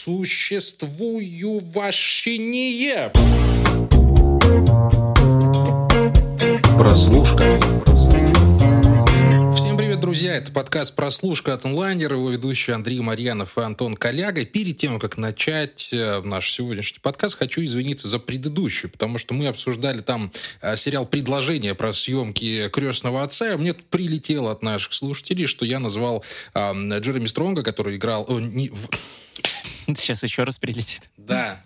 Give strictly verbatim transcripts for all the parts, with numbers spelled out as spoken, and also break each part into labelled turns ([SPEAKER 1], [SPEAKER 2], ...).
[SPEAKER 1] Существую вообще не.
[SPEAKER 2] Прослушка.
[SPEAKER 1] Всем привет, друзья! Это подкаст «Прослушка» от онлайнера, его ведущие Андрей Марьянов и Антон Коляга. Перед тем, как начать наш сегодняшний подкаст, хочу извиниться за предыдущий, потому что мы обсуждали там сериал «Предложение» про съемки «Крестного отца», и мне тут прилетело от наших слушателей, что я назвал э, Джереми Стронга, который играл... О, не...
[SPEAKER 3] Сейчас еще раз прилетит.
[SPEAKER 1] Да.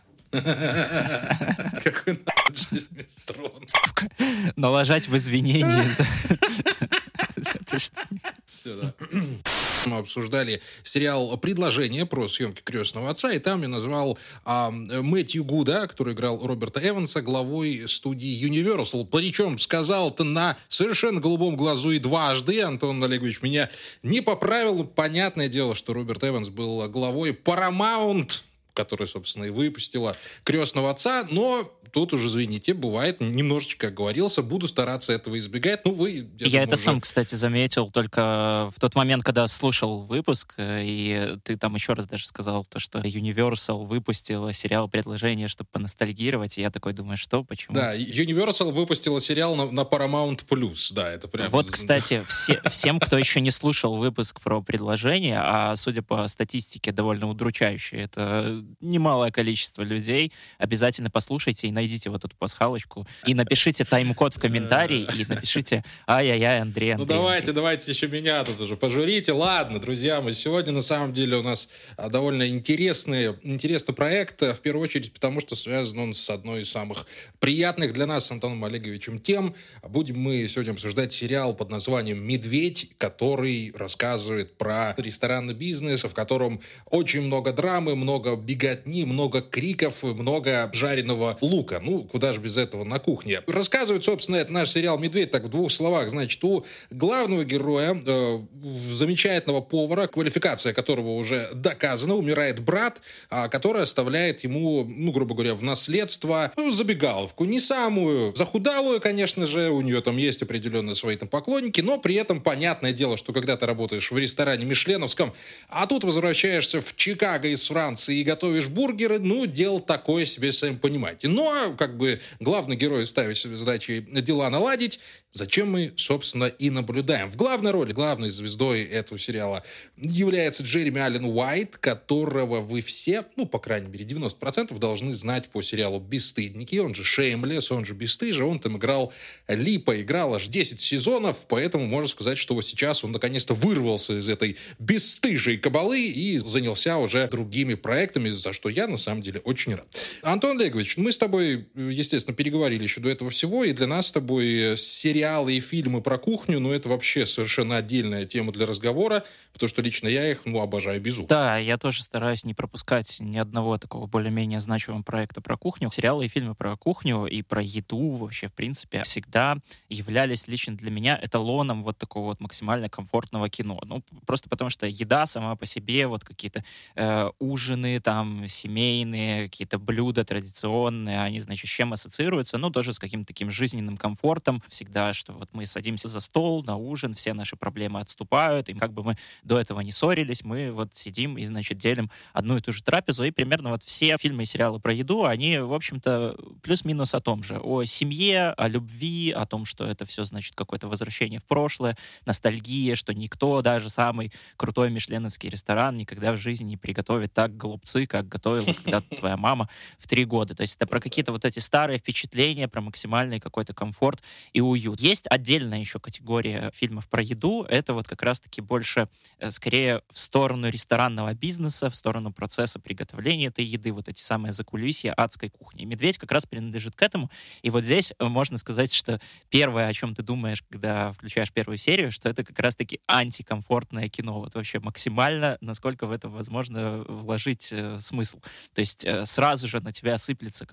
[SPEAKER 1] Какой Джереми Стронг.
[SPEAKER 3] Налажать в извинения за...
[SPEAKER 1] Все, да. Мы обсуждали сериал «Предложение» про съемки «Крестного отца», и там я назвал а, Мэтью Гуда, который играл Роберта Эванса, главой студии Universal. Причем сказал это на совершенно голубом глазу и дважды. Антон Олегович меня не поправил. Понятное дело, что Роберт Эванс был главой Paramount, которая, собственно, и выпустила «Крестного отца», но тут уже, извините, бывает, немножечко оговорился, буду стараться этого избегать. Ну, вы... Я,
[SPEAKER 3] я
[SPEAKER 1] думаю,
[SPEAKER 3] это
[SPEAKER 1] уже...
[SPEAKER 3] сам, кстати, заметил только в тот момент, когда слушал выпуск, и ты там еще раз даже сказал, то, что Universal выпустила сериал «Предложение», чтобы поностальгировать, и я такой думаю, что, почему?
[SPEAKER 1] Да, Universal выпустила сериал на, на Paramount+, да, это прям...
[SPEAKER 3] Вот, кстати, все, всем, кто еще не слушал выпуск про «Предложение», а, судя по статистике, довольно удручающее, это немалое количество людей, обязательно послушайте и найдите вот эту пасхалочку, и напишите тайм-код в комментарии, и напишите «Ай-яй-яй, Андрей, Андрей».
[SPEAKER 1] Ну давайте,
[SPEAKER 3] Андрей.
[SPEAKER 1] давайте еще меня тут уже пожурите. Ладно, друзья, мы сегодня на самом деле у нас довольно интересный, интересный проект, в первую очередь потому, что связан он с одной из самых приятных для нас с Антоном Олеговичем тем. Будем мы сегодня обсуждать сериал под названием «Медведь», который рассказывает про ресторанный бизнес, в котором очень много драмы, много беготни, много криков, много жареного лука. Ну, куда же без этого на кухне. Рассказывает, собственно, это наш сериал «Медведь», так в двух словах. Значит, у главного героя, э, замечательного повара, квалификация которого уже доказана, умирает брат, а, который оставляет ему, ну, грубо говоря, в наследство, ну, забегаловку. Не самую захудалую, конечно же, у нее там есть определенные свои там поклонники, но при этом понятное дело, что когда ты работаешь в ресторане мишленовском, а тут возвращаешься в Чикаго из Франции и готовишь бургеры, ну, дело такое себе, сами понимаете. Но, как бы, главный герой ставит себе задачей дела наладить, зачем мы, собственно, и наблюдаем. В главной роли, главной звездой этого сериала является Джереми Аллен Уайт, которого вы все, ну, по крайней мере, девяносто процентов должны знать по сериалу «Бесстыдники», он же Шеймлесс, он же Бесстыжий, он там играл Липа, играл аж десять сезонов, поэтому можно сказать, что вот сейчас он наконец-то вырвался из этой бесстыжей кабалы и занялся уже другими проектами, за что я, на самом деле, очень рад. Антон Олегович, мы с тобой, естественно, переговорили еще до этого всего, и для нас с тобой сериалы и фильмы про кухню, ну, это вообще совершенно отдельная тема для разговора, потому что лично я их, ну, обожаю безумно.
[SPEAKER 3] Да, я тоже стараюсь не пропускать ни одного такого более-менее значимого проекта про кухню. Сериалы и фильмы про кухню и про еду вообще, в принципе, всегда являлись лично для меня эталоном вот такого вот максимально комфортного кино. Ну, просто потому что еда сама по себе, вот какие-то э, ужины там семейные, какие-то блюда традиционные, они, значит, с чем ассоциируются? Ну, тоже с каким-то таким жизненным комфортом. Всегда, что вот мы садимся за стол, на ужин, все наши проблемы отступают, и как бы мы до этого не ссорились, мы вот сидим и, значит, делим одну и ту же трапезу, и примерно вот все фильмы и сериалы про еду, они, в общем-то, плюс-минус о том же. О семье, о любви, о том, что это все, значит, какое-то возвращение в прошлое, ностальгия, что никто, даже самый крутой мишленовский ресторан никогда в жизни не приготовит так голубцы, как готовила когда-то твоя мама в три года. То есть это про какие-то вот эти старые впечатления, про максимальный какой-то комфорт и уют. Есть отдельная еще категория фильмов про еду, это вот как раз-таки больше, э, скорее, в сторону ресторанного бизнеса, в сторону процесса приготовления этой еды, вот эти самые закулисья адской кухни. И «Медведь» как раз принадлежит к этому. И вот здесь можно сказать, что первое, о чем ты думаешь, когда включаешь первую серию, что это как раз-таки антикомфортное кино. Вот вообще максимально, насколько в это возможно вложить э, смысл. То есть э, сразу же на тебя сыплется какой-то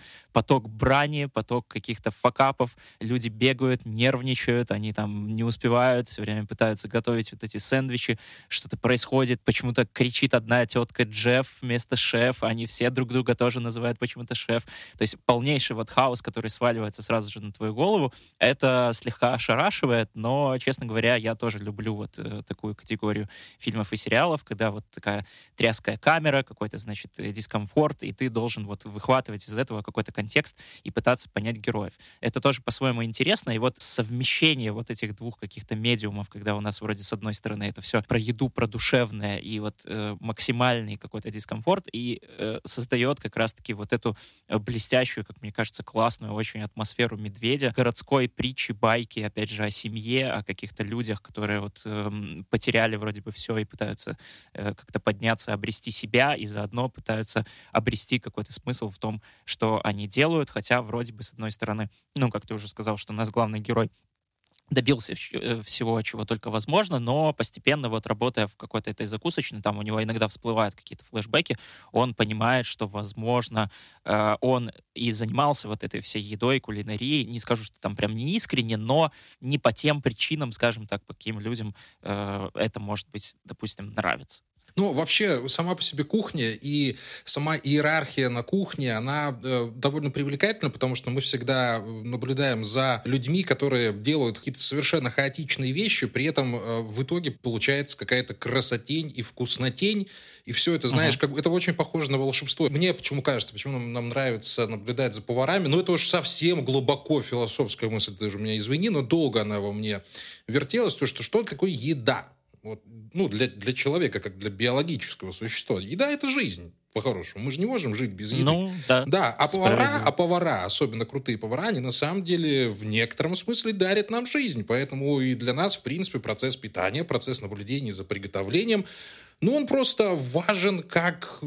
[SPEAKER 3] поток брани, поток каких-то факапов, люди бегают, нервничают, они там не успевают, все время пытаются готовить вот эти сэндвичи, что-то происходит, почему-то кричит одна тетка Джефф вместо шеф, они все друг друга тоже называют почему-то шеф. То есть полнейший вот хаос, который сваливается сразу же на твою голову, это слегка ошарашивает, но, честно говоря, я тоже люблю вот э, такую категорию фильмов и сериалов, когда вот такая тряская камера, какой-то, значит, дискомфорт, и ты должен вот выхватывать из этого какой-то контекст и пытаться понять героев. Это тоже по-своему интересно, и вот совмещение вот этих двух каких-то медиумов, когда у нас вроде с одной стороны это все про еду, про душевное и вот э, максимальный какой-то дискомфорт, и э, создает как раз-таки вот эту блестящую, как мне кажется, классную очень атмосферу «Медведя», городской притчи, байки, опять же, о семье, о каких-то людях, которые вот э, потеряли вроде бы все и пытаются э, как-то подняться, обрести себя, и заодно пытаются обрести какой-то смысл в том, что они делают, хотя вроде бы, с одной стороны, ну, как ты уже сказал, что у нас главный герой добился всего, чего только возможно, но постепенно, вот работая в какой-то этой закусочной, там у него иногда всплывают какие-то флешбеки, он понимает, что, возможно, э, он и занимался вот этой всей едой, кулинарией, не скажу, что там прям не искренне, но не по тем причинам, скажем так, по каким людям э, это, может быть, допустим, нравится.
[SPEAKER 1] Ну, вообще, сама по себе кухня и сама иерархия на кухне, она э, довольно привлекательна, потому что мы всегда наблюдаем за людьми, которые делают какие-то совершенно хаотичные вещи, при этом э, в итоге получается какая-то красотень и вкуснотень, и все это, знаешь, uh-huh. как, это очень похоже на волшебство. Мне почему кажется, почему нам, нам нравится наблюдать за поварами, ну, это уж совсем глубоко философская мысль, ты же меня извини, но долго она во мне вертелась, то, что что такое еда? Вот, ну, для, для человека, как для биологического существа. Еда — это жизнь, по-хорошему. Мы же не можем жить без еды.
[SPEAKER 3] Ну, да.
[SPEAKER 1] Да, а повара, а повара, особенно крутые повара, они на самом деле в некотором смысле дарят нам жизнь. Поэтому и для нас, в принципе, процесс питания, процесс наблюдения за приготовлением, ну, он просто важен как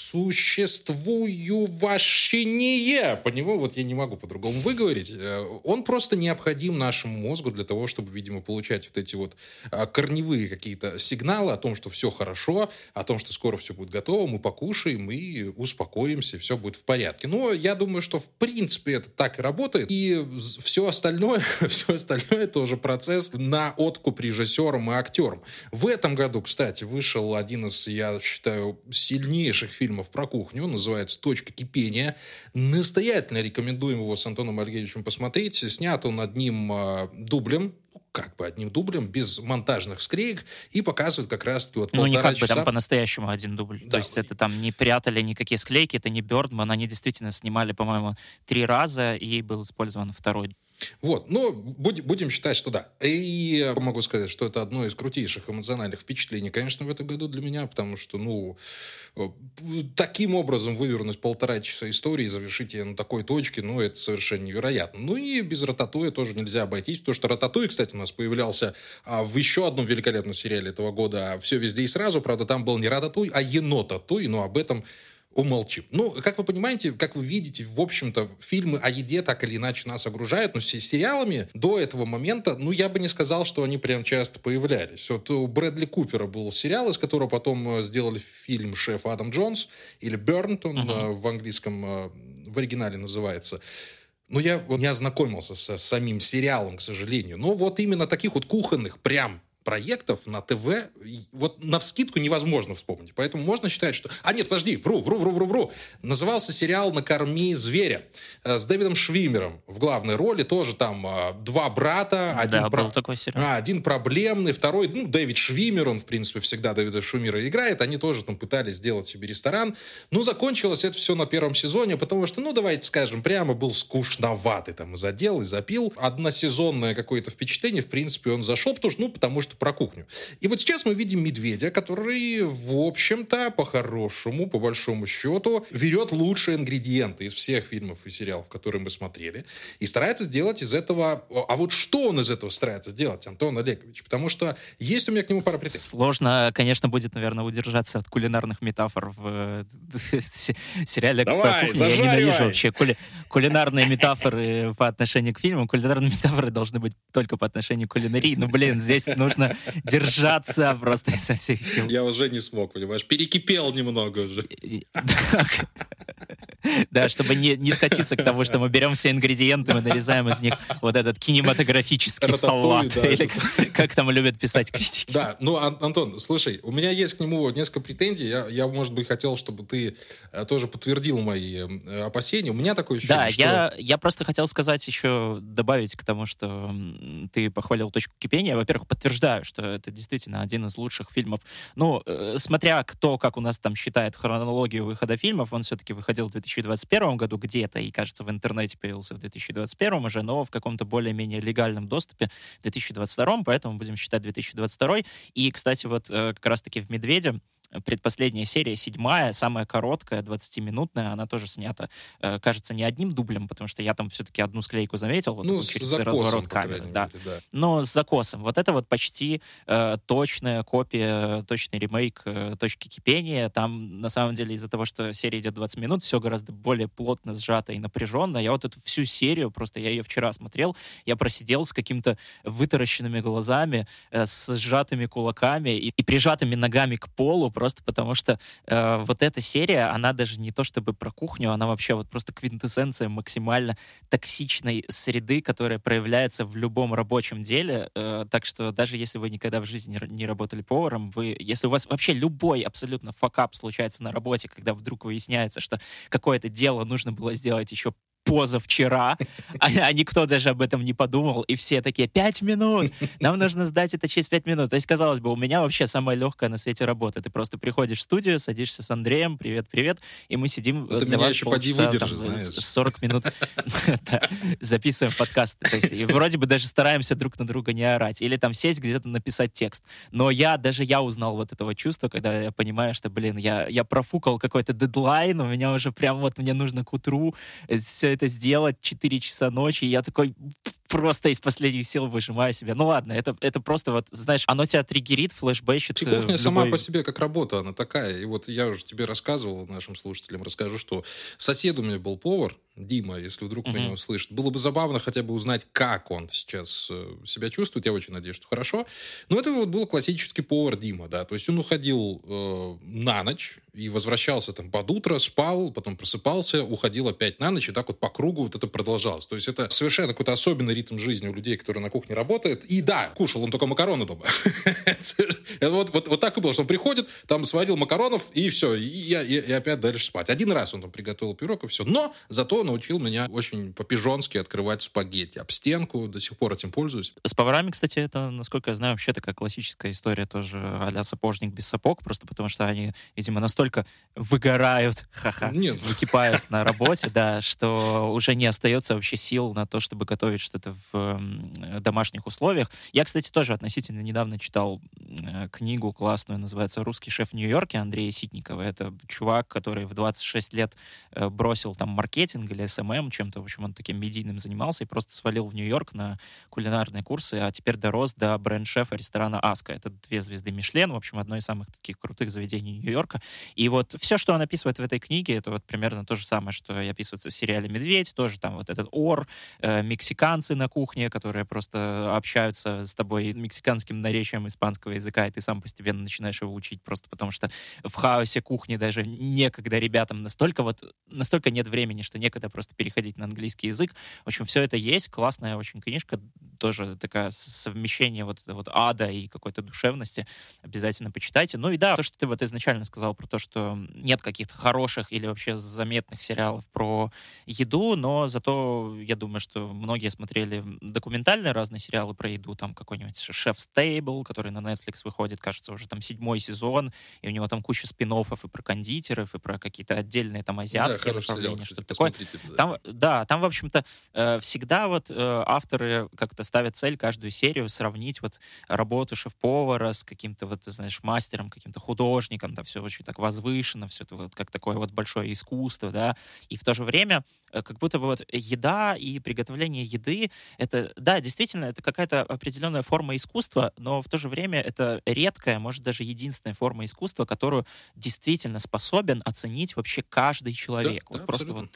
[SPEAKER 1] существующее. По нему вот я не могу по-другому выговорить. Он просто необходим нашему мозгу для того, чтобы, видимо, получать вот эти вот корневые какие-то сигналы о том, что все хорошо, о том, что скоро все будет готово, мы покушаем и успокоимся, все будет в порядке. Но я думаю, что в принципе это так и работает. И все остальное, все остальное это уже процесс на откуп режиссерам и актерам. В этом году, кстати, вышел один из, я считаю, сильнейших фильмов про кухню. Он называется «Точка кипения». Настоятельно рекомендуем его с Антоном Альгевичем посмотреть. Снят он одним э, дублем, как бы одним дублем, без монтажных склеек, и показывает как раз-таки вот
[SPEAKER 3] полтора часа. Ну, не как
[SPEAKER 1] часа.
[SPEAKER 3] бы там по-настоящему один дубль. Да. То есть это там не прятали никакие склейки, это не Бёрдман. Они действительно снимали, по-моему, три раза, и был использован второй.
[SPEAKER 1] Вот, ну, будем, будем считать, что да. И могу сказать, что это одно из крутейших эмоциональных впечатлений, конечно, в этом году для меня, потому что, ну, таким образом вывернуть полтора часа истории и завершить ее на такой точке, ну, это совершенно невероятно. Ну, и без Рататуя тоже нельзя обойтись, потому что Рататуй, кстати, у нас появлялся а, в еще одном великолепном сериале этого года «Все везде и сразу», правда, там был не Рататуй, а Енотатуй, но об этом умолчим. Ну, как вы понимаете, как вы видите, в общем-то, фильмы о еде так или иначе нас огружают, но с сериалами до этого момента, ну, я бы не сказал, что они прям часто появлялись. Вот у Брэдли Купера был сериал, из которого потом сделали фильм «Шеф Адам Джонс» или «Бёрнт», он uh-huh. в английском, в оригинале называется. Но я не ознакомился с самим сериалом, к сожалению. Но вот именно таких вот кухонных прям проектов на ТВ вот навскидку невозможно вспомнить. Поэтому можно считать, что... А нет, подожди, вру, вру, вру, вру, вру. Назывался сериал «Накорми зверя» с Дэвидом Швиммером в главной роли. Тоже там два брата. Один,
[SPEAKER 3] да,
[SPEAKER 1] про...
[SPEAKER 3] был такой сериал.
[SPEAKER 1] а, один проблемный, второй, ну, Дэвид Швиммер, он, в принципе, всегда Дэвида Швиммера играет. Они тоже там пытались сделать себе ресторан. Ну, закончилось это все на первом сезоне, потому что, ну, давайте скажем прямо, был скучноватый там и задел, и запил. Односезонное какое-то впечатление, в принципе, он зашел, потому что, ну, потому что про кухню. И вот сейчас мы видим «Медведя», который, в общем-то, по-хорошему, по большому счету, берет лучшие ингредиенты из всех фильмов и сериалов, которые мы смотрели, и старается сделать из этого... А вот что он из этого старается сделать, Антон Олегович? Потому что есть у меня к нему пара претензий.
[SPEAKER 3] Сложно, конечно, будет, наверное, удержаться от кулинарных метафор в сериале
[SPEAKER 1] Давай,
[SPEAKER 3] «Кухня». Я ненавижу вообще кули... кулинарные метафоры по отношению к фильмам. Кулинарные метафоры должны быть только по отношению к кулинарии. Ну, блин, здесь нужно держаться просто со всех сил.
[SPEAKER 1] Я уже не смог, понимаешь? Перекипел немного уже.
[SPEAKER 3] Да, чтобы не, не скатиться к тому, что мы берем все ингредиенты, мы нарезаем из них вот этот кинематографический салат. Или как там любят писать критики.
[SPEAKER 1] Да, ну, Антон, слушай, у меня есть к нему несколько претензий. Я, я может быть, хотел, чтобы ты тоже подтвердил мои опасения. У меня такое ощущение,
[SPEAKER 3] да,
[SPEAKER 1] что...
[SPEAKER 3] я, я просто хотел сказать еще, добавить к тому, что ты похвалил «Точку кипения». Во-первых, подтверждаю, что это действительно один из лучших фильмов. Ну, э, смотря кто, как у нас там считает хронологию выхода фильмов, он все-таки выходил в две тысячи двадцать первом году где-то, и, кажется, в интернете появился в две тысячи двадцать первом уже, но в каком-то более-менее легальном доступе в две тысячи двадцать втором, поэтому будем считать две тысячи двадцать второй. И, кстати, вот э, как раз-таки в «Медведе» предпоследняя серия, седьмая, самая короткая, двадцатиминутная, она тоже снята, э, кажется, не одним дублем, потому что я там все-таки одну склейку заметил, вот
[SPEAKER 1] ну,
[SPEAKER 3] через
[SPEAKER 1] закосом,
[SPEAKER 3] разворот камеры.
[SPEAKER 1] Мере,
[SPEAKER 3] да.
[SPEAKER 1] да.
[SPEAKER 3] Но с закосом. Вот это вот почти э, точная копия, точный ремейк э, «Точки кипения». Там, на самом деле, из-за того, что серия идет двадцать минут, все гораздо более плотно сжато и напряженно. Я вот эту всю серию, просто я ее вчера смотрел, я просидел с какими-то вытаращенными глазами, э, с сжатыми кулаками и, и прижатыми ногами к полу, просто потому что э, вот эта серия, она даже не то чтобы про кухню, она вообще вот просто квинтэссенция максимально токсичной среды, которая проявляется в любом рабочем деле. Э, так что даже если вы никогда в жизни не работали поваром, вы, если у вас вообще любой абсолютно факап случается на работе, когда вдруг выясняется, что какое-то дело нужно было сделать еще позавчера, а, а никто даже об этом не подумал, и все такие, пять минут, нам нужно сдать это через пять минут. То есть, казалось бы, у меня вообще самая легкая на свете работа. Ты просто приходишь в студию, садишься с Андреем, привет-привет, и мы сидим
[SPEAKER 1] это
[SPEAKER 3] для вас
[SPEAKER 1] еще
[SPEAKER 3] полчаса,
[SPEAKER 1] поди
[SPEAKER 3] там,
[SPEAKER 1] выдержи,
[SPEAKER 3] сорок минут записываем подкаст. И вроде бы даже стараемся друг на друга не орать. Или там сесть где-то написать текст. Но я, даже я узнал вот этого чувства, когда я понимаю, что, блин, я, я профукал какой-то дедлайн, у меня уже прям вот мне нужно к утру все это сделать, четыре часа ночи, и я такой просто из последних сил выжимаю себя. Ну ладно, это, это просто вот, знаешь, оно тебя триггерит, флешбэчит.
[SPEAKER 1] Кухня
[SPEAKER 3] любой...
[SPEAKER 1] сама по себе как работа, она такая. И вот я уже тебе рассказывал, нашим слушателям расскажу, что сосед у меня был повар, Дима, если вдруг uh-huh. меня услышит. Было бы забавно хотя бы узнать, как он сейчас э, себя чувствует. Я очень надеюсь, что хорошо. Но это вот был классический повар Дима, да. То есть он уходил э, на ночь и возвращался там под утро, спал, потом просыпался, уходил опять на ночь, и так вот по кругу вот это продолжалось. То есть это совершенно какой-то особенный ритм жизни у людей, которые на кухне работают. И да, кушал он только макароны дома. вот, вот, вот так и было, что он приходит, там сварил макаронов, и все, и, и, и опять дальше спать. Один раз он там приготовил пирог, и все. Но зато научил меня очень по-пижонски открывать спагетти об стенку, до сих пор этим пользуюсь.
[SPEAKER 3] С поварами, кстати, это, насколько я знаю, вообще такая классическая история тоже а-ля сапожник без сапог, просто потому что они, видимо, настолько выгорают, ха-ха,
[SPEAKER 1] Нет.
[SPEAKER 3] выкипают на работе, да, что уже не остается вообще сил на то, чтобы готовить что-то в домашних условиях. Я, кстати, тоже относительно недавно читал книгу классную, называется «Русский шеф в Нью-Йорке» Андрея Ситникова. Это чувак, который в двадцать шесть лет бросил там маркетинг или эс эм эм, чем-то, в общем, он таким медийным занимался и просто свалил в Нью-Йорк на кулинарные курсы, а теперь дорос до бренд-шефа ресторана «Аска». Это две звезды Мишлен, в общем, одно из самых таких крутых заведений Нью-Йорка. И вот все, что он описывает в этой книге, это вот примерно то же самое, что и описывается в сериале «Медведь», тоже там вот этот ор, э, мексиканцы на кухне, которые просто общаются с тобой мексиканским наречием испанского языка, и ты сам постепенно начинаешь его учить, просто потому что в хаосе кухни даже некогда ребятам настолько вот, настолько нет времени, что некогда просто переходить на английский язык. В общем, все это есть, классная очень книжка, тоже такая совмещение вот, вот ада и какой-то душевности. Обязательно почитайте. Ну и да, то, что ты вот изначально сказал про то, что нет каких-то хороших или вообще заметных сериалов про еду, но зато я думаю, что многие смотрели документальные разные сериалы про еду, там какой-нибудь «Шеф Стейбл», который на Netflix выходит, кажется, уже там седьмой сезон, и у него там куча спин-оффов и про кондитеров, и про какие-то отдельные там азиатские да, направления, что-то такое. Да. Там, да, там, в общем-то, э, всегда вот э, авторы как-то ставят цель каждую серию сравнить вот работу шеф-повара с каким-то вот, ты знаешь, мастером, каким-то художником, там все очень так возвышенно, все это вот как такое вот большое искусство, да, и в то же время как будто бы вот еда и приготовление еды, это, да, действительно, это какая-то определенная форма искусства, но в то же время это редкая, может, даже единственная форма искусства, которую действительно способен оценить вообще каждый человек. Да, вот да, просто абсолютно. Вот ты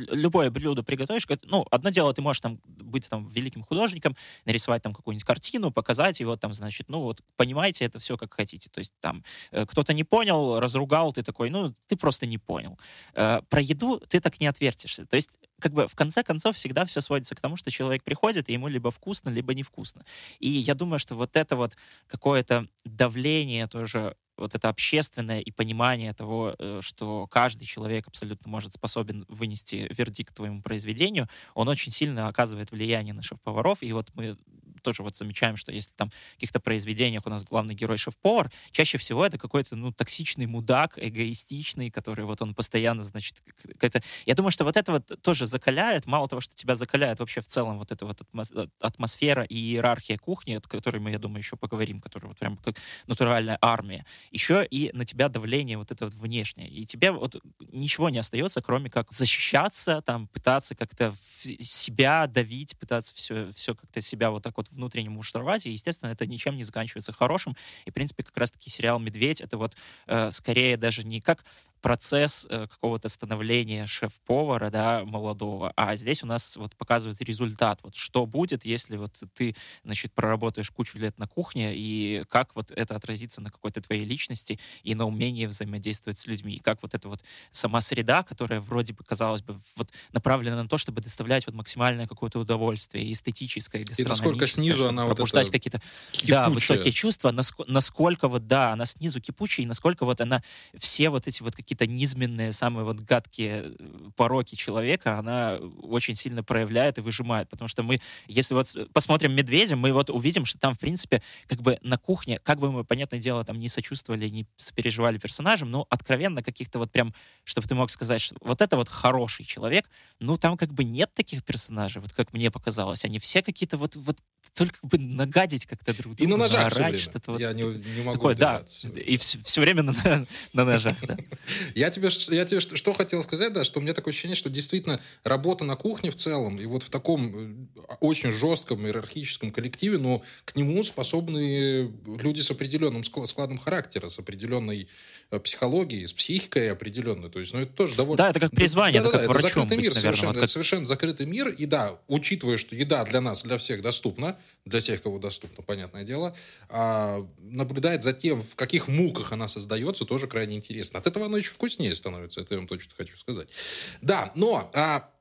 [SPEAKER 3] любое блюдо приготовишь, ну, одно дело, ты можешь там быть там великим художником, нарисовать там какую-нибудь картину, показать его там, значит, ну, вот, понимаете это все как хотите. То есть там э, кто-то не понял, разругал, ты такой, ну, ты просто не понял. Э, про еду ты так не отвертишься. То есть как бы в конце концов всегда все сводится к тому, что человек приходит, и ему либо вкусно, либо невкусно. И я думаю, что вот это вот какое-то давление тоже, вот это общественное и понимание того, э, что каждый человек абсолютно может способен вынести вердикт твоему произведению, он очень сильно оказывает влияние на шеф-поваров. И вот мы тоже вот замечаем, что если там в каких-то произведениях у нас главный герой шеф-повар, чаще всего это какой-то, ну, токсичный мудак, эгоистичный, который вот он постоянно, значит, какая-то... Я думаю, что вот это вот тоже закаляет, мало того, что тебя закаляет вообще в целом вот эта вот атмосфера и иерархия кухни, от которой мы, я думаю, еще поговорим, которая вот прям как натуральная армия, еще и на тебя давление вот это вот внешнее. И тебе вот ничего не остается, кроме как защищаться, там, пытаться как-то себя давить, пытаться все, все как-то себя вот так вот внутренне муштровать, и, естественно, это ничем не заканчивается хорошим. И, в принципе, как раз-таки сериал «Медведь» — это вот э, скорее даже не как процесс э, какого-то становления шеф-повара, да, молодого, а здесь у нас вот показывают результат, вот что будет, если вот ты, значит, проработаешь кучу лет на кухне, и как вот это отразится на какой-то твоей личности и на умении взаимодействовать с людьми, и как вот эта вот сама среда, которая вроде бы, казалось бы, вот направлена на то, чтобы доставлять вот максимальное какое-то удовольствие, эстетическое, гастрономическое,
[SPEAKER 1] и насколько снизу она вот
[SPEAKER 3] пробуждать какие-то, да, высокие чувства, насколько, насколько вот, да, она снизу кипучая, и насколько вот она все вот эти вот какие-то низменные, самые вот гадкие пороки человека, она очень сильно проявляет и выжимает. Потому что мы, если вот посмотрим «Медведя», мы вот увидим, что там, в принципе, как бы на кухне, как бы мы, понятное дело, там не сочувствовали, не сопереживали персонажам, но откровенно каких-то вот прям, чтобы ты мог сказать, что вот это вот хороший человек, ну там как бы нет таких персонажей, вот как мне показалось. Они все какие-то вот, вот только бы нагадить как-то друг другу.
[SPEAKER 1] И на ножах все время.
[SPEAKER 3] Что-то вот
[SPEAKER 1] Я не, не могу
[SPEAKER 3] такое, да, и все, все время на, на ножах, да.
[SPEAKER 1] Я тебе, я тебе что, что хотел сказать, да, что у меня такое ощущение, что действительно работа на кухне в целом, и вот в таком очень жестком иерархическом коллективе, но к нему способны люди с определенным складом характера, с определенной психологией, с психикой определенной. То есть, ну, это тоже довольно...
[SPEAKER 3] Да, это как призвание,
[SPEAKER 1] да,
[SPEAKER 3] это
[SPEAKER 1] да,
[SPEAKER 3] как
[SPEAKER 1] да,
[SPEAKER 3] врачом
[SPEAKER 1] это закрытый
[SPEAKER 3] быть,
[SPEAKER 1] мир,
[SPEAKER 3] наверное,
[SPEAKER 1] совершенно,
[SPEAKER 3] вот
[SPEAKER 1] это
[SPEAKER 3] как...
[SPEAKER 1] совершенно закрытый мир. И да, учитывая, что еда для нас, для всех доступна, для тех, кого доступна, понятное дело, а, наблюдать за тем, в каких муках она создается, тоже крайне интересно. От этого она еще вкуснее становится, это я вам точно хочу сказать. Да, но... А,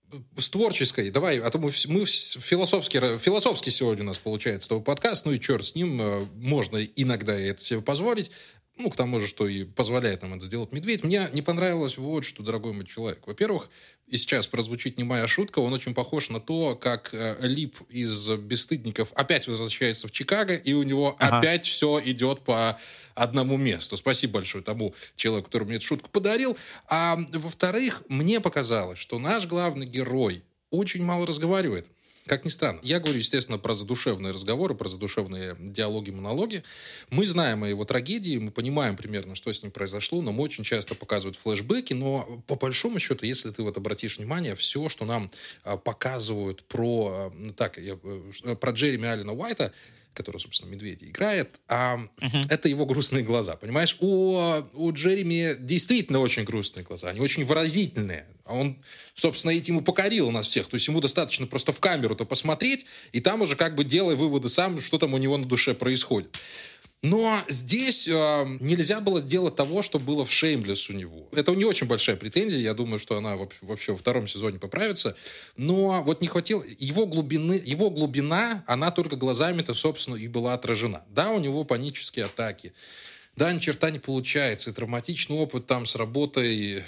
[SPEAKER 1] с творческой, давай, а то мы, мы философски, философски сегодня у нас получается твой подкаст, ну и черт с ним, можно иногда это себе позволить. Ну, к тому же, что и позволяет нам это сделать «Медведь». Мне не понравилось вот что, дорогой мой человек. Во-первых, и сейчас прозвучит не моя шутка, он очень похож на то, как э, Лип из «Бесстыдников» опять возвращается в Чикаго, и у него ага. опять все идет по одному месту. Спасибо большое тому человеку, который мне эту шутку подарил. А во-вторых, мне показалось, что наш главный герой очень мало разговаривает. Как ни странно. Я говорю, естественно, про задушевные разговоры, про задушевные диалоги, монологи. Мы знаем о его трагедии, мы понимаем примерно, что с ним произошло, но мы очень часто показывают флешбеки, но по большому счету, если ты вот обратишь внимание, все, что нам а, показывают про, ну, так, я, про Джереми Аллена Уайта, который, собственно, «Медведя» играет, а uh-huh. это его грустные глаза, понимаешь? У, у Джереми действительно очень грустные глаза, они очень выразительные. А он, собственно, этим ему покорил нас всех. То есть ему достаточно просто в камеру-то посмотреть, и там уже как бы делай выводы сам, что там у него на душе происходит. Но здесь э, нельзя было сделать того, что было в «Шеймлесс» у него. Это не очень большая претензия, я думаю, что она вообще во втором сезоне поправится. Но вот не хватило его глубины, его глубина, она только глазами-то, собственно, и была отражена. Да, у него панические атаки. Да, ни черта не получается. И травматичный опыт там с работой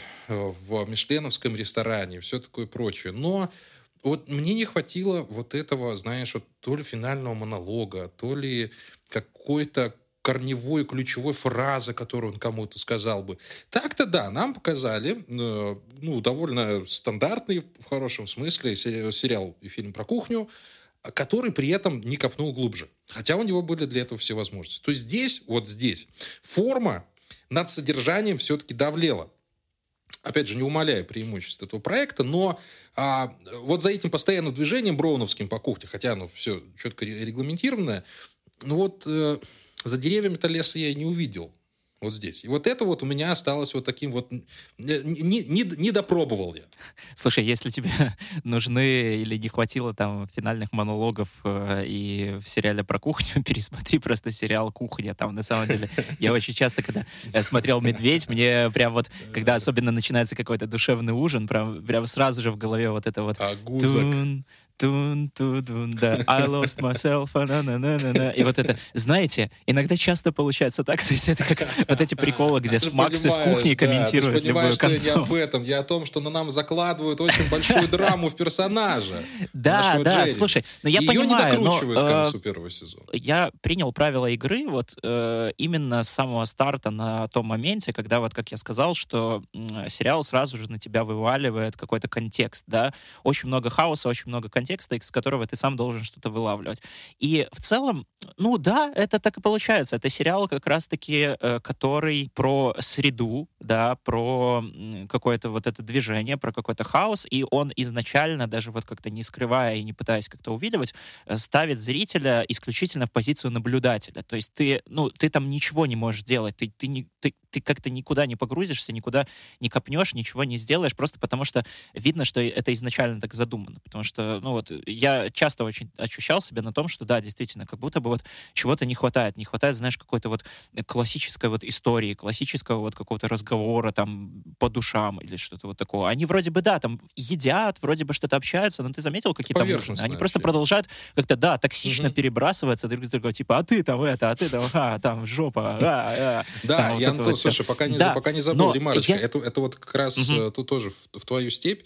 [SPEAKER 1] в мишленовском ресторане, все такое прочее. Но вот мне не хватило вот этого, знаешь, вот то ли финального монолога, то ли какой-то корневой, ключевой фразы, которую он кому-то сказал бы. Так-то да, нам показали, э, ну, довольно стандартный, в хорошем смысле, сериал и фильм про кухню, который при этом не копнул глубже. Хотя у него были для этого все возможности. То есть здесь, вот здесь, форма над содержанием все-таки давлела. Опять же, не умаляя преимуществ этого проекта, но а, вот за этим постоянным движением броуновским по кухне, хотя оно все четко регламентированное, ну вот э, за деревьями-то леса я и не увидел. Вот здесь. И вот это вот у меня осталось вот таким вот... Не, не, не, не допробовал я.
[SPEAKER 3] Слушай, если тебе нужны или не хватило там финальных монологов э, и в сериале про кухню, пересмотри просто сериал «Кухня». Там, на самом деле, я очень часто, когда я смотрел «Медведь», мне прям вот, когда особенно начинается какой-то душевный ужин, прям, прям сразу же в голове вот это вот...
[SPEAKER 1] А гузок...
[SPEAKER 3] Тун, тун, тун, да, I lost myself, на на на на на и вот это, знаете, иногда часто получается так, то есть это как вот эти приколы, где Макс из кухни комментирует
[SPEAKER 1] да, любую
[SPEAKER 3] концовку.
[SPEAKER 1] Я не об этом, я о том, что на нам закладывают очень большую драму в персонажа.
[SPEAKER 3] Да, да, слушай, ну я понимаю,
[SPEAKER 1] ее не докручивают к концу первого сезона.
[SPEAKER 3] Я принял правила игры вот именно с самого старта на том моменте, когда вот, как я сказал, что сериал сразу же на тебя вываливает какой-то контекст, да, очень много хаоса, очень много контекста, текста, из которого ты сам должен что-то вылавливать. И в целом, ну да, это так и получается. Это сериал как раз-таки, э, который про среду, да, про какое-то вот это движение, про какой-то хаос, и он изначально, даже вот как-то не скрывая и не пытаясь как-то увидеть, ставит зрителя исключительно в позицию наблюдателя. То есть ты, ну, ты там ничего не можешь делать, ты, ты, не, ты, ты как-то никуда не погрузишься, никуда не копнешь, ничего не сделаешь, просто потому что видно, что это изначально так задумано. Потому что, ну, вот я часто очень ощущал себя на том, что да, действительно, как будто бы вот чего-то не хватает. Не хватает, знаешь, какой-то вот классической вот истории, классического вот какого-то разговора там по душам или что-то вот такого. Они вроде бы, да, там едят, вроде бы что-то общаются, но ты заметил, какие там ужины? Они просто продолжают как-то, да, токсично угу. перебрасываться друг с другом, типа, а ты там это, а ты там, а, там жопа, а, а.
[SPEAKER 1] Да,
[SPEAKER 3] там,
[SPEAKER 1] и
[SPEAKER 3] вот
[SPEAKER 1] Антон,
[SPEAKER 3] вот
[SPEAKER 1] слушай, пока не, да, пока не забыл, ремарочка, я... это, это вот как раз угу. тут тоже в, в твою степь.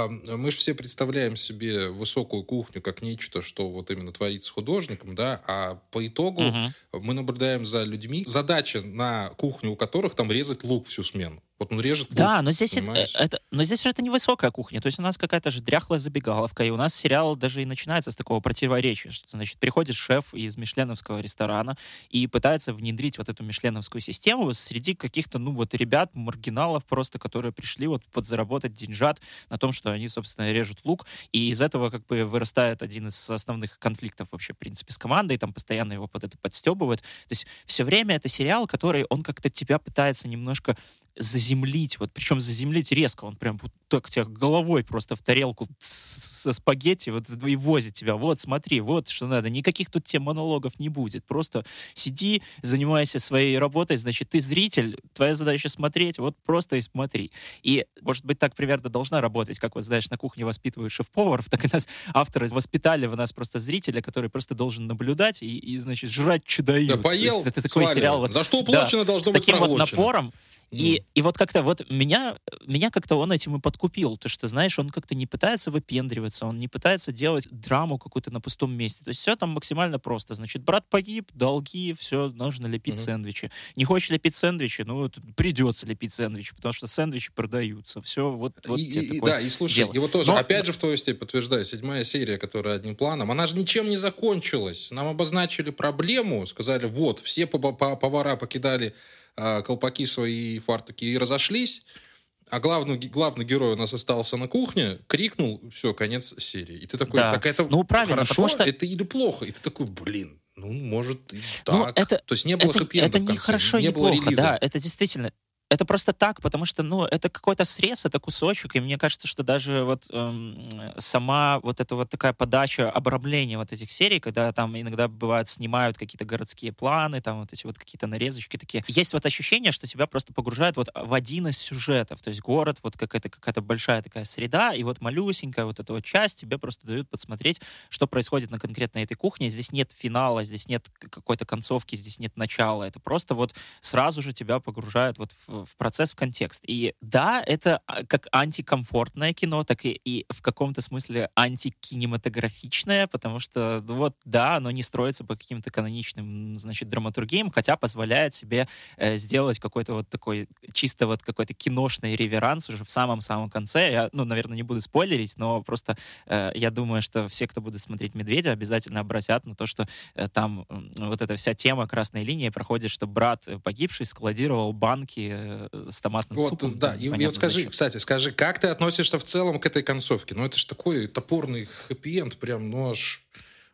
[SPEAKER 1] Мы же все представляем себе высокую кухню как нечто, что вот именно творится с художником, да, а по итогу uh-huh. мы наблюдаем за людьми, задача на кухню у которых там резать лук всю смену. Вот он режет лук.
[SPEAKER 3] Да, но здесь, это, это, но здесь же это не высокая кухня. То есть у нас какая-то же дряхлая забегаловка, и у нас сериал даже и начинается с такого противоречия, что, значит, приходит шеф из мишленовского ресторана и пытается внедрить вот эту мишленовскую систему среди каких-то, ну, вот ребят, маргиналов просто, которые пришли вот подзаработать деньжат на том, что они, собственно, режут лук, и из этого как бы вырастает один из основных конфликтов вообще, в принципе, с командой, там постоянно его под это подстебывают. То есть все время это сериал, который, он как-то тебя пытается немножко заземлить, вот, причем заземлить резко, он прям вот так тебя головой просто в тарелку со спагетти вот, и возит тебя, вот, смотри, вот, что надо, никаких тут тебе монологов не будет, просто сиди, занимайся своей работой, значит, ты зритель, твоя задача смотреть, вот, просто и смотри. И, может быть, так примерно должна работать, как, вот, знаешь, на кухне воспитывают шеф-поваров, так и нас авторы воспитали в нас просто зрителя, который просто должен наблюдать и, и значит, жрать, что дают.
[SPEAKER 1] Да поел,
[SPEAKER 3] это такой сериал, вот,
[SPEAKER 1] за что уплачено, да, должно
[SPEAKER 3] быть
[SPEAKER 1] проглочено.
[SPEAKER 3] С таким вот напором. И, и вот как-то вот меня, меня как-то он этим и подкупил. То, что, знаешь, он как-то не пытается выпендриваться, он не пытается делать драму какую-то на пустом месте. То есть все там максимально просто. Значит, брат погиб, долги, все, нужно лепить mm-hmm. сэндвичи. Не хочешь лепить сэндвичи, ну, придется лепить сэндвичи, потому что сэндвичи продаются. Все, вот, вот
[SPEAKER 1] и, и, Да, и слушай,
[SPEAKER 3] дело.
[SPEAKER 1] его тоже,
[SPEAKER 3] Но...
[SPEAKER 1] опять же, в твою степь подтверждаю, седьмая серия, которая одним планом, она же ничем не закончилась. Нам обозначили проблему, сказали, вот, все повара покидали колпаки свои, фартуки и разошлись, а главный, главный герой у нас остался на кухне, крикнул, все, конец серии. И ты такой, да. так это
[SPEAKER 3] ну,
[SPEAKER 1] хорошо,
[SPEAKER 3] что...
[SPEAKER 1] это или плохо? И ты такой, блин, ну, может, и так.
[SPEAKER 3] Ну, это,
[SPEAKER 1] То есть не было хэппи-энда
[SPEAKER 3] это
[SPEAKER 1] в конце,
[SPEAKER 3] не хорошо,
[SPEAKER 1] не
[SPEAKER 3] не
[SPEAKER 1] было
[SPEAKER 3] плохо,
[SPEAKER 1] релиза.
[SPEAKER 3] Да, это действительно... Это просто так, потому что, ну, это какой-то срез, это кусочек, и мне кажется, что даже вот эм, сама вот эта вот такая подача обрамления вот этих серий, когда там иногда бывает снимают какие-то городские планы, там вот эти вот какие-то нарезочки такие. Есть вот ощущение, что тебя просто погружают вот в один из сюжетов, то есть город, вот какая-то какая-то большая такая среда, и вот малюсенькая вот эта вот часть тебе просто дают подсмотреть, что происходит на конкретно этой кухне. Здесь нет финала, здесь нет какой-то концовки, здесь нет начала. Это просто вот сразу же тебя погружают вот в в процесс, в контекст. И да, это как антикомфортное кино, так и, и в каком-то смысле антикинематографичное, потому что, вот, да, оно не строится по каким-то каноничным, значит, драматургиям, хотя позволяет себе э, сделать какой-то вот такой чисто вот какой-то киношный реверанс уже в самом-самом конце. Я, ну, наверное, не буду спойлерить, но просто э, я думаю, что все, кто будет смотреть «Медведя», обязательно обратят на то, что э, там э, вот эта вся тема красной линии проходит, что брат погибший складировал банки с томатным
[SPEAKER 1] вот,
[SPEAKER 3] супом.
[SPEAKER 1] Да, и, и вот скажи, зачем. Кстати, скажи, как ты относишься в целом к этой концовке? Ну, это же такой топорный хэппи-энд, прям, ну, аж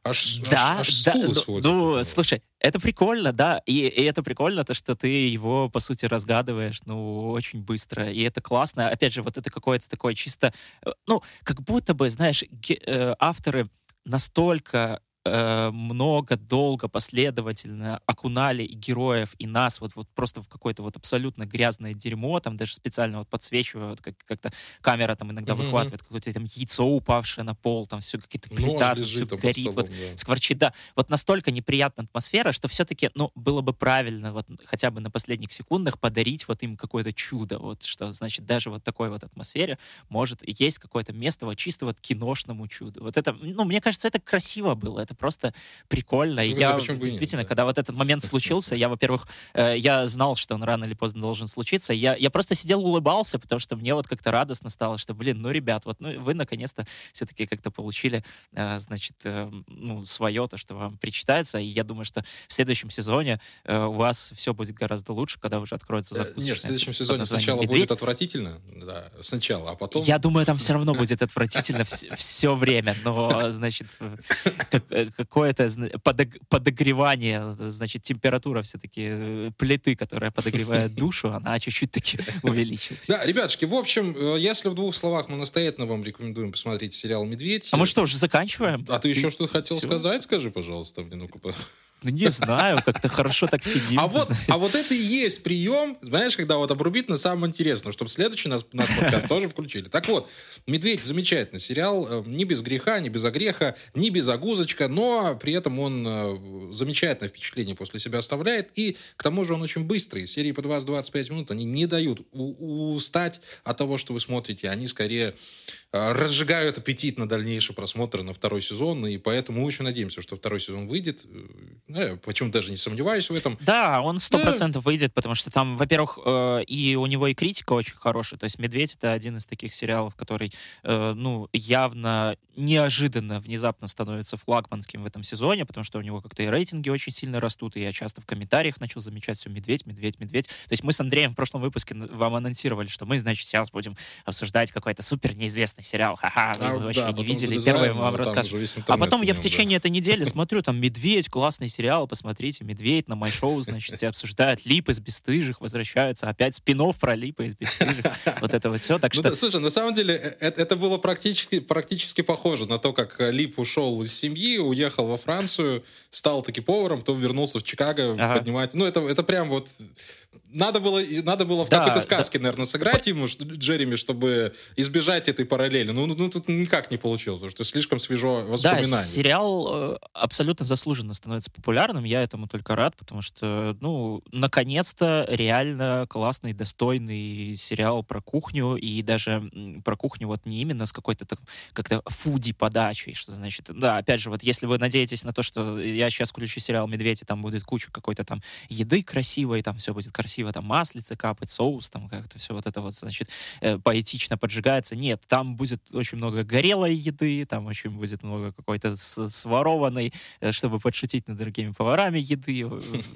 [SPEAKER 1] аж,
[SPEAKER 3] да,
[SPEAKER 1] аж, аж
[SPEAKER 3] да,
[SPEAKER 1] скулы
[SPEAKER 3] ну,
[SPEAKER 1] сводит.
[SPEAKER 3] ну, слушай, это прикольно, да, и, и это прикольно, то, что ты его, по сути, разгадываешь, ну, очень быстро, и это классно. Опять же, вот это какое-то такое чисто, э, ну, как будто бы, знаешь, ге- э, авторы настолько э, много, долго, последовательно окунали и героев, и нас вот, вот просто в какое-то вот абсолютно грязное дерьмо, там даже специально вот подсвечивая, вот как- как-то камера там иногда
[SPEAKER 1] Мгм, мгм.
[SPEAKER 3] выхватывает какое-то там яйцо, упавшее на пол, там все какие-то
[SPEAKER 1] Нож
[SPEAKER 3] плита, там все
[SPEAKER 1] лежит там под
[SPEAKER 3] горит, вот
[SPEAKER 1] столом, да.
[SPEAKER 3] скворчит, да. Вот настолько неприятная атмосфера, что все-таки, ну, было бы правильно вот хотя бы на последних секундах подарить вот им какое-то чудо, вот что, значит, даже вот такой вот атмосфере может есть какое-то место вот чисто вот киношному чуду. Вот это, ну, мне кажется, это красиво было, это просто прикольно. И
[SPEAKER 1] Слушай, а
[SPEAKER 3] я
[SPEAKER 1] почему бы и нет,
[SPEAKER 3] действительно,
[SPEAKER 1] да.
[SPEAKER 3] когда вот этот момент случился, я, во-первых, э, я знал, что он рано или поздно должен случиться. Я, я просто сидел, улыбался, потому что мне вот как-то радостно стало, что, блин, ну, ребят, вот ну, вы наконец-то все-таки как-то получили, э, значит, э, ну, свое, то, что вам причитается. И я думаю, что в следующем сезоне э, у вас все будет гораздо лучше, когда уже откроется
[SPEAKER 1] Э,
[SPEAKER 3] закусочная
[SPEAKER 1] Нет, в следующем
[SPEAKER 3] под
[SPEAKER 1] сезоне
[SPEAKER 3] названием
[SPEAKER 1] сначала
[SPEAKER 3] «Медведь».
[SPEAKER 1] будет отвратительно, да, сначала, а потом...
[SPEAKER 3] Я думаю, там все равно будет отвратительно все время, но, значит, э, как- э, какое-то зна- подог- подогревание, э, значит, температура все-таки плиты, которая подогревает душу, она чуть-чуть таки увеличилась.
[SPEAKER 1] Да, ребятушки, в общем, э, если в двух словах, мы настоятельно вам рекомендуем посмотреть сериал «Медведь».
[SPEAKER 3] А мы что, уже заканчиваем?
[SPEAKER 1] А ты еще что хотел
[SPEAKER 3] всё?
[SPEAKER 1] сказать? Скажи, пожалуйста, мне, ну-ка. по-
[SPEAKER 3] Ну, не знаю, как-то хорошо так сидим.
[SPEAKER 1] А вот,
[SPEAKER 3] знаешь.
[SPEAKER 1] а вот это и есть прием, знаешь, когда вот обрубить на самом интересном, чтобы следующий нас, наш подкаст тоже включили. Так вот, «Медведь» замечательный сериал, э, не без греха, не без огреха, не без огузочка, но при этом он э, замечательное впечатление после себя оставляет, и к тому же он очень быстрый. Серии по двадцать-двадцать пять минут, они не дают у- устать от того, что вы смотрите, они скорее э, разжигают аппетит на дальнейший просмотр на второй сезон, и поэтому мы очень надеемся, что второй сезон выйдет. Э, почему даже не сомневаюсь в этом.
[SPEAKER 3] Да, он сто
[SPEAKER 1] Да.
[SPEAKER 3] процентов выйдет, потому что там, во-первых, э, и у него и критика очень хорошая. То есть «Медведь» — это один из таких сериалов, который, э, ну, явно неожиданно, внезапно становится флагманским в этом сезоне, потому что у него как-то и рейтинги очень сильно растут, и я часто в комментариях начал замечать все «Медведь, Медведь, Медведь». То есть мы с Андреем в прошлом выпуске н- вам анонсировали, что мы, значит, сейчас будем обсуждать какой-то супер неизвестный сериал. Ха-ха, вы
[SPEAKER 1] А,
[SPEAKER 3] его
[SPEAKER 1] да,
[SPEAKER 3] вообще не
[SPEAKER 1] потом
[SPEAKER 3] видели.
[SPEAKER 1] залезаем,
[SPEAKER 3] Первое мы вам
[SPEAKER 1] а там
[SPEAKER 3] расскажем.
[SPEAKER 1] уже весь
[SPEAKER 3] А
[SPEAKER 1] интернет
[SPEAKER 3] потом
[SPEAKER 1] о
[SPEAKER 3] я в
[SPEAKER 1] нем, да.
[SPEAKER 3] течение этой недели смотрю, там, «Медведь», классный сериал, посмотрите, «Медведь» на MyShow, значит, все обсуждают, «Лип из бесстыжих» возвращаются, опять спин-офф про Липа из бесстыжих, вот это вот все, так
[SPEAKER 1] Ну
[SPEAKER 3] что...
[SPEAKER 1] да, слушай, на самом деле э- э- это было практически, практически похоже на то, как э, Лип ушел из семьи, уехал во Францию, стал таки поваром, потом вернулся в Чикаго
[SPEAKER 3] Ага.
[SPEAKER 1] поднимать. Ну, это, это прям вот... Надо было, надо было в
[SPEAKER 3] Да,
[SPEAKER 1] какой-то
[SPEAKER 3] да.
[SPEAKER 1] сказке, наверное, сыграть ему, что- Джереми, чтобы избежать этой параллели. Ну, ну, ну, тут никак не получилось, потому что слишком свежо
[SPEAKER 3] Да,
[SPEAKER 1] воспоминание.
[SPEAKER 3] сериал э, абсолютно заслуженно становится популярным, я этому только рад, потому что, ну, наконец-то реально классный, достойный сериал про кухню, и даже м, про кухню вот не именно с какой-то так, как-то фуди-подачей, что значит, да, опять же, вот если вы надеетесь на то, что я сейчас включу сериал «Медведь», и там будет куча какой-то там еды красивой, там все будет красиво, там маслице капать, соус, там как-то все вот это вот, значит, э, поэтично поджигается. Нет, там будет очень много горелой еды, там очень будет много какой-то с- сворованной, э, чтобы подшутить над другими поварами еды,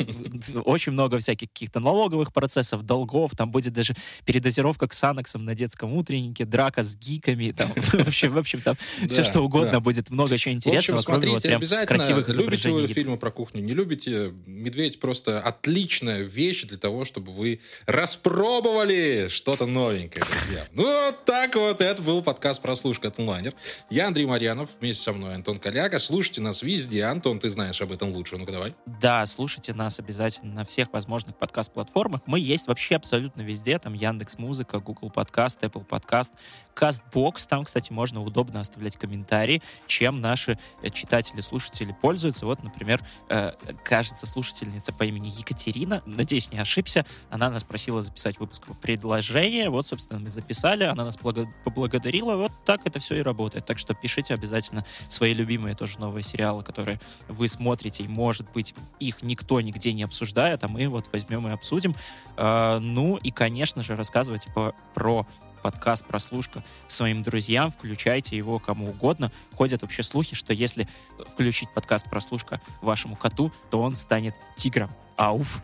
[SPEAKER 3] э, очень много всяких каких-то налоговых процессов, долгов, там будет даже передозировка ксаноксом на детском утреннике, драка с гиками, там, в общем, в общем, там все
[SPEAKER 1] Да,
[SPEAKER 3] что угодно
[SPEAKER 1] да.
[SPEAKER 3] будет, много чего
[SPEAKER 1] В общем,
[SPEAKER 3] интересного, кроме вот
[SPEAKER 1] смотрите
[SPEAKER 3] прям
[SPEAKER 1] обязательно.
[SPEAKER 3] красивых
[SPEAKER 1] Любите
[SPEAKER 3] изображений
[SPEAKER 1] вы
[SPEAKER 3] еды.
[SPEAKER 1] фильмы про кухню, не любите? «Медведь» просто отличная вещь для того, чтобы вы распробовали что-то новенькое, друзья. Ну, вот так вот. Это был подкаст «Прослушка» от онлайнер. Я Андрей Марьянов, вместе со мной Антон Коляга. Слушайте нас везде. Антон, ты знаешь об этом лучше. Ну-ка, давай.
[SPEAKER 3] Да, слушайте нас обязательно на всех возможных подкаст-платформах. Мы есть вообще абсолютно везде. Там Яндекс.Музыка, Google Подкаст, Apple Подкаст, Castbox. Там, кстати, можно удобно оставлять комментарии, чем наши э, читатели, слушатели пользуются. Вот, например, э, кажется, слушательница по имени Екатерина, надеюсь, не ошибся, она нас просила записать выпуск предложения. Вот, собственно, мы записали, она нас благо- поблагодарила. Вот так это все и работает. Так что пишите обязательно свои любимые тоже новые сериалы, которые вы смотрите, и, может быть, их никто нигде не обсуждает, а мы вот возьмем и обсудим. А, ну и, конечно же, рассказывайте по- про подкаст «Прослушка» своим друзьям, включайте его кому угодно. Ходят вообще слухи, что если включить подкаст «Прослушка» вашему коту, то он станет тигром. Ауф.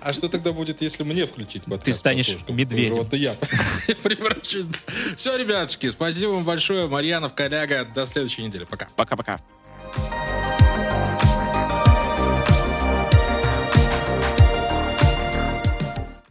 [SPEAKER 1] А что тогда будет, если мне включить подкаст?
[SPEAKER 3] Ты станешь медведем.
[SPEAKER 1] Вот и я превращусь. Все, ребятушки, спасибо вам большое. Марьянов, Коляга. До следующей недели. Пока.
[SPEAKER 3] Пока-пока.